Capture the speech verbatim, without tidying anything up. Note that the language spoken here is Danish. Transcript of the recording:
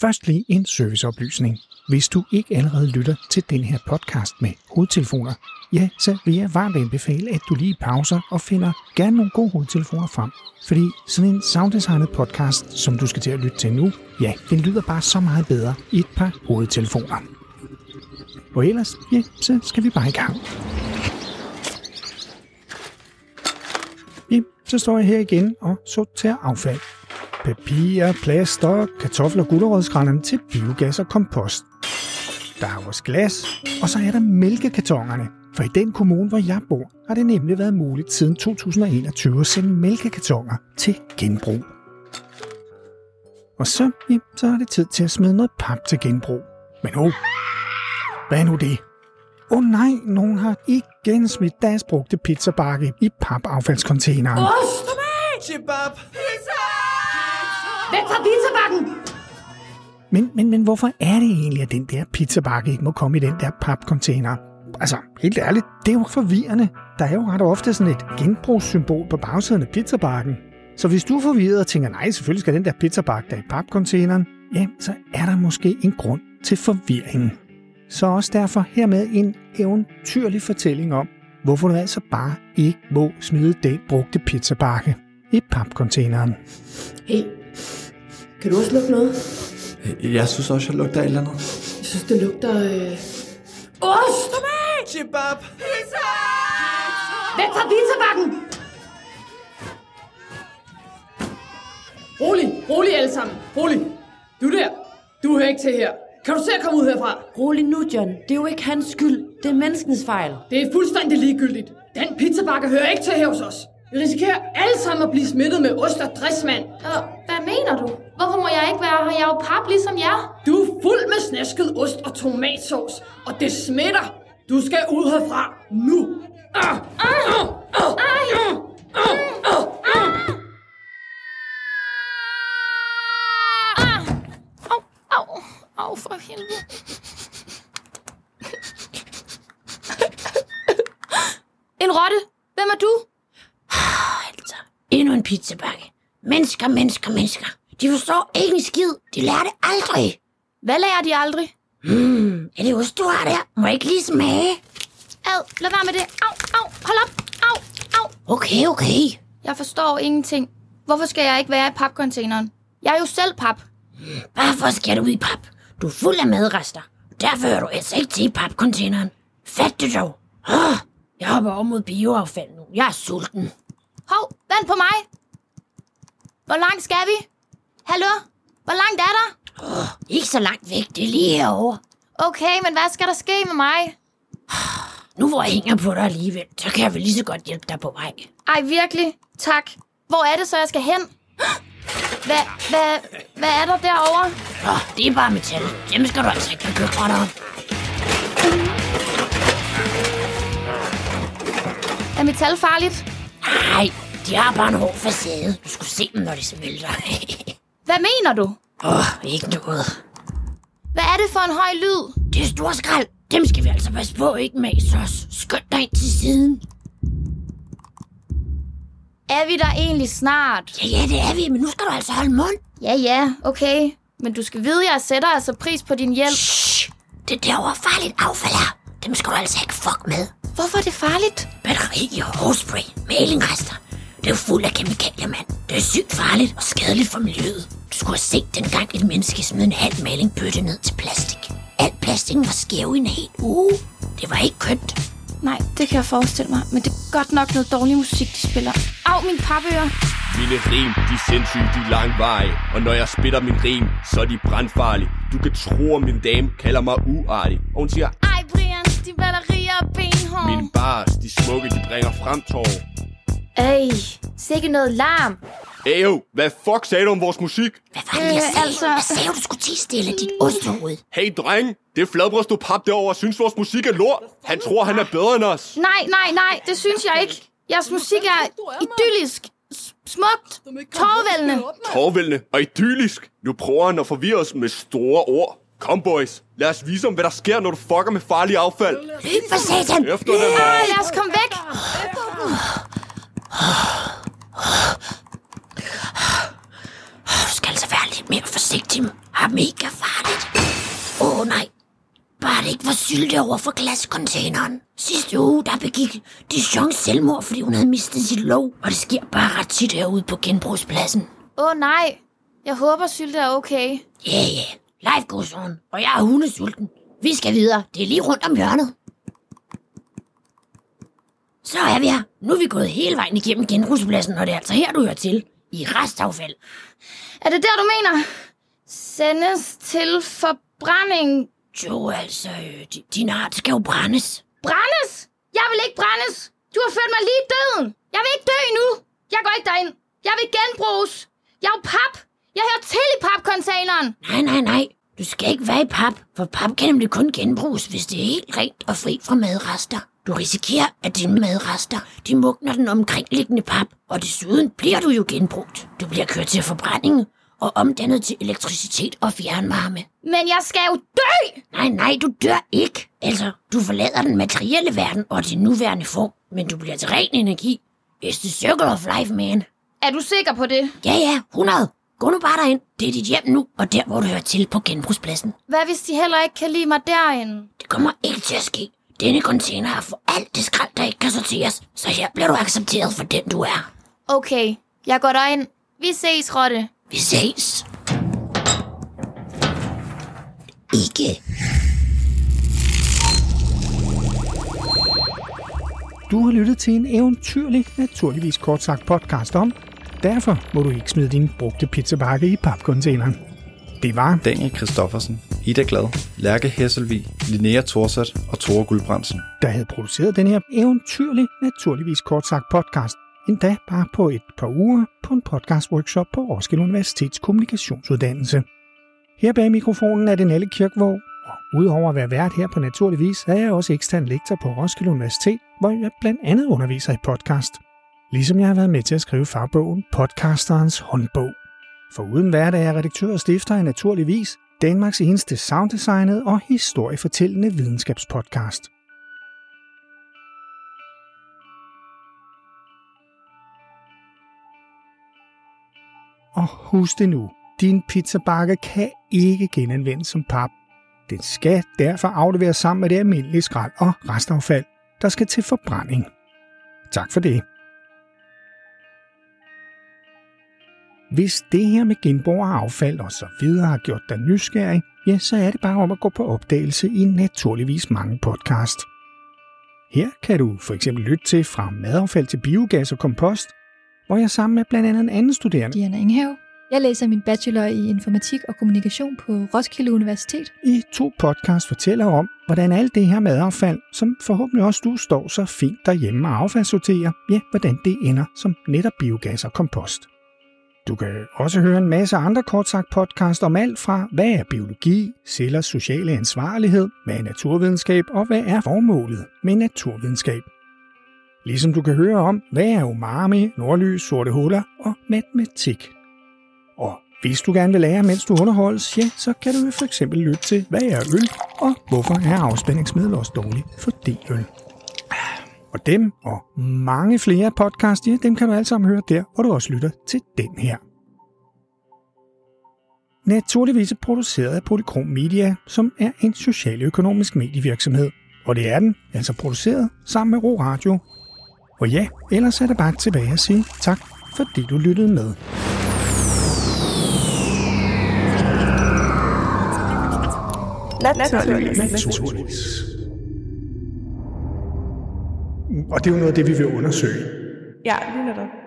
Først lige en serviceoplysning. Hvis du ikke allerede lytter til den her podcast med hovedtelefoner, ja, så vil jeg varmt anbefale, at du lige pauser og finder gerne nogle gode hovedtelefoner frem. Fordi sådan en sounddesignet podcast, som du skal til at lytte til nu, ja, den lyder bare så meget bedre i et par hovedtelefoner. Og ellers, ja, så skal vi bare i gang. Ja, så står jeg her igen og sorterer affald. Papir, plaster, kartofler og gulerødsgranerne til biogas og kompost. Der er også glas, og så er der mælkekartonerne. For i den kommune, hvor jeg bor, har det nemlig været muligt siden to tusind og enogtyve at sende mælkekartoner til genbrug. Og så, ja, så er det tid til at smide noget pap til genbrug. Men åh, hvad er nu det? Åh oh nej, nogen har igen smidt deres brugte pizzabakke i papaffaldscontaineren. Ost! Kebab! Pizza! Væk fra pizzabakken! Men, men, men hvorfor er det egentlig, at den der pizzabakke ikke må komme i den der papcontainer? Altså, helt ærligt, det er jo forvirrende. Der er jo ret ofte sådan et genbrugssymbol på bagsiden af pizzabakken. Så hvis du er forvirret og tænker, nej, selvfølgelig skal den der pizzabakke der i papcontaineren, ja, så er der måske en grund til forvirringen. Så også derfor hermed en eventyrlig fortælling om, hvorfor du altså bare ikke må smide den brugte pizzabakke i papcontaineren. Hey, kan du også lugte noget? Jeg synes også, jeg lugter et eller andet. Jeg synes, det lugter... Øh... Ost! Kebab! Pizza! Væk fra pizzabakken! Rolig, rolig alle sammen. Rolig. Du der, du hører ikke til her. Kan du se at komme ud herfra? Rolig nu, John. Det er jo ikke hans skyld. Det er menneskens fejl. Det er fuldstændig ligegyldigt. Den pizzabakke hører ikke til her hos os. Vi risikerer alle sammen at blive smittet med ost og dressmand. Øh, hvad mener du? Hvorfor må jeg ikke være her? Jeg er jo pap ligesom jer. Du er fuld med snasket ost og tomatsauce, og det smitter. Du skal ud herfra nu. Ah, ah, ah, ah, ah, ah, ah. Au, au, au for helvede. En rotte. Hvem er du? Altså, endnu en pizzabakke. Mennesker, mennesker, mennesker. De forstår ikke en skid. De lærer det aldrig. Hvad lærer de aldrig? Hmm, er det ost, du har der? Må jeg ikke lige smage? Ad, lad være med det. Au, au, hold op. Au, au. Okay, okay. Jeg forstår ingenting. Hvorfor skal jeg ikke være i papcontaineren? Jeg er jo selv pap. Hvorfor skal du ud i pap? Du er fuld af madrester. Derfor hører du altså ikke til i papcontaineren. Fat det dog. Oh, jeg hopper over mod bioaffald nu. Jeg er sulten. Hov, vent på mig. Hvor langt skal vi? Hallo? Hvor langt er der? Oh, ikke så langt væk. Det er lige herovre. Okay, men hvad skal der ske med mig? Nu hvor jeg hænger på dig alligevel, så kan jeg vel lige så godt hjælpe dig på vej. Ej, virkelig? Tak. Hvor er det så, jeg skal hen? Hvad, hvad, hvad er der derovre? Oh, det er bare metal. Dem skal du altså ikke bekymre dig om. Er metal farligt? Nej, de har bare en hård facade. Du skulle se dem, når de smelter. Hvad mener du? Åh, oh, ikke noget. Hvad er det for en høj lyd? Det er stor skrald. Dem skal vi altså passe på, ikke mas os. Skynd dig ind til siden. Er vi der egentlig snart? Ja, ja, det er vi, men nu skal du altså holde mund. Ja, ja, okay. Men du skal vide, at jeg sætter altså pris på din hjælp. Shh, det derovre farligt affald her. Dem skal du altså ikke fuck med. Hvorfor er det farligt? Batteri og hårspray, malingrester. Det er jo fuld af kemikalier, mand. Det er sygt farligt og skadeligt for miljøet. Du skulle have set dengang et menneske smed en halv malingbøtte ned til plastik. Alt plastikken var skæv i en hel uge. Det var ikke kønt. Nej, det kan jeg forestille mig. Men det er godt nok noget dårlig musik, de spiller. Au, min papører. Mine rim, de er sindssygt, de er langvarige. Og når jeg spiller min rim, så er de brandfarlige. Du kan tro, at min dame kalder mig uartig. Og hun siger, ej Brian, de batterier er benhårde. mine bars, de smukke, de bringer frem tårer. Ej, sikke noget larm. Ayo, hvad fuck sagde du om vores musik? Hvad var det, jeg sagde? Øh, altså- Hvad sagde du, du skulle til stille dit osthoved? Hey dreng, det er fladbrød stod pap derovre og synes vores musik er lort. Han tror, han er bedre end os. Nej, nej, nej, det synes jeg ikke. Jeres musik er idyllisk, s- smukt, tårvældende. Tårvældende og idyllisk. Nu prøver han at forvirre os med store ord. Kom boys, lad os vise dem, hvad der sker, når du fucker med farlig affald. Løb for satan! Efter dem. Ej, lad os komme væk. Du skal altså være lidt mere forsigtig. var mega farligt. Åh oh, nej. Bare det ikke var sylte over for glascontaineren. Sidste uge, der begik Dijon selvmord, fordi hun havde mistet sit låg. Og det sker bare ret tit herude på genbrugspladsen. Åh oh, nej. Jeg håber, Sylte er okay. Ja, yeah, ja. Yeah. Life goes on. Og jeg er hundesulten. Vi skal videre. Det er lige rundt om hjørnet. Så er vi her. Nu er vi gået hele vejen igennem genbrugspladsen, og det er altså her, du hører til. I restaffald. Er det der, du mener? Sendes til forbrænding. Jo, altså, din, din art skal jo brændes. Brændes? Jeg vil ikke brændes. Du har ført mig lige i døden. Jeg vil ikke dø endnu. Jeg går ikke derind. Jeg vil genbruges. Jeg er jo pap. Jeg hører til i papcontaineren. Nej, nej, nej. Du skal ikke være i pap, for pap kan nemlig kun genbruges, hvis det er helt rent og fri fra madrester. Du risikerer, at dine madrester, de mugner den omkringliggende pap, og desuden bliver du jo genbrugt. Du bliver kørt til forbrænding og omdannet til elektricitet og fjernvarme. Men jeg skal jo dø! Nej, nej, du dør ikke. Altså, du forlader den materielle verden og din nuværende form, men du bliver til ren energi. It's the circle of life, man. Er du sikker på det? Ja, ja, hundrede. Gå nu bare derind. Det er dit hjem nu, og der, hvor du hører til på genbrugspladsen. Hvad hvis de heller ikke kan lide mig derinde? Det kommer ikke til at ske. Denne container er for alt det skrald, der ikke kan sorteres, så her bliver du accepteret for den, du er. Okay, jeg går derind. Vi ses, Rotte. Vi ses. Ikke. Du har lyttet til en eventyrlig, naturligvis kort sagt podcast om. Derfor må du ikke smide din brugte pizzabakke i papcontaineren. Det var Daniel Christoffersen, Ida Glad, Lærke Hesselvig, Linnea Thorsat og Tore Guldbrandsen, der havde produceret den her eventyrlig, naturligvis kort sagt podcast. Endda bare på et par uger på en podcast-workshop på Roskilde Universitets kommunikationsuddannelse. Her bag mikrofonen er det Nalle Kirkvåg, og udover at være vært her på Naturligvis, er jeg også ekstern lektor på Roskilde Universitet, hvor jeg blandt andet underviser i podcast. Ligesom jeg har været med til at skrive fagbogen Podcasterens håndbog. For uden hverdag er jeg redaktør og stifter af Naturligvis, Danmarks eneste sounddesignet og historiefortællende videnskabspodcast. Og husk det nu, din pizzabakke kan ikke genanvendes som pap. Den skal derfor afleveres sammen med det almindelige skrald og restaffald, der skal til forbrænding. Tak for det. Hvis det her med genbrug og affald og så videre har gjort dig nysgerrig, ja, så er det bare om at gå på opdagelse i Naturligvis mange podcast. Her kan du for eksempel lytte til Fra madaffald til biogas og kompost, hvor jeg sammen med blandt andet en anden studerende, Diana Inghave. Jeg læser min bachelor i informatik og kommunikation på Roskilde Universitet. I to podcast fortæller om, hvordan alt det her madaffald, som forhåbentlig også du står så fint derhjemme og affaldssorterer, ja, hvordan det ender som netop biogas og kompost. Du kan også høre en masse andre kort sagt podcast om alt fra, hvad er biologi, cellers sociale ansvarlighed, hvad er naturvidenskab og hvad er formålet med naturvidenskab. Ligesom du kan høre om, hvad er umami, nordlys, sorte huller og matematik. Og hvis du gerne vil lære, mens du underholdes, ja, så kan du for eksempel lytte til, hvad er øl, og hvorfor er afspændingsmiddel også dårligt for det øl. Og dem og mange flere podcasts, ja, dem kan du alle sammen høre der, hvor du også lytter til den her. Naturligvis er produceret af Polychrom Media, som er en socialøkonomisk medievirksomhed. Og det er den, altså produceret sammen med Ro Radio. Og ja, ellers er det bare tilbage at sige tak, fordi du lyttede med. Naturligvis. Naturligvis. Og det er jo noget af det, vi vil undersøge. Ja, lige netop.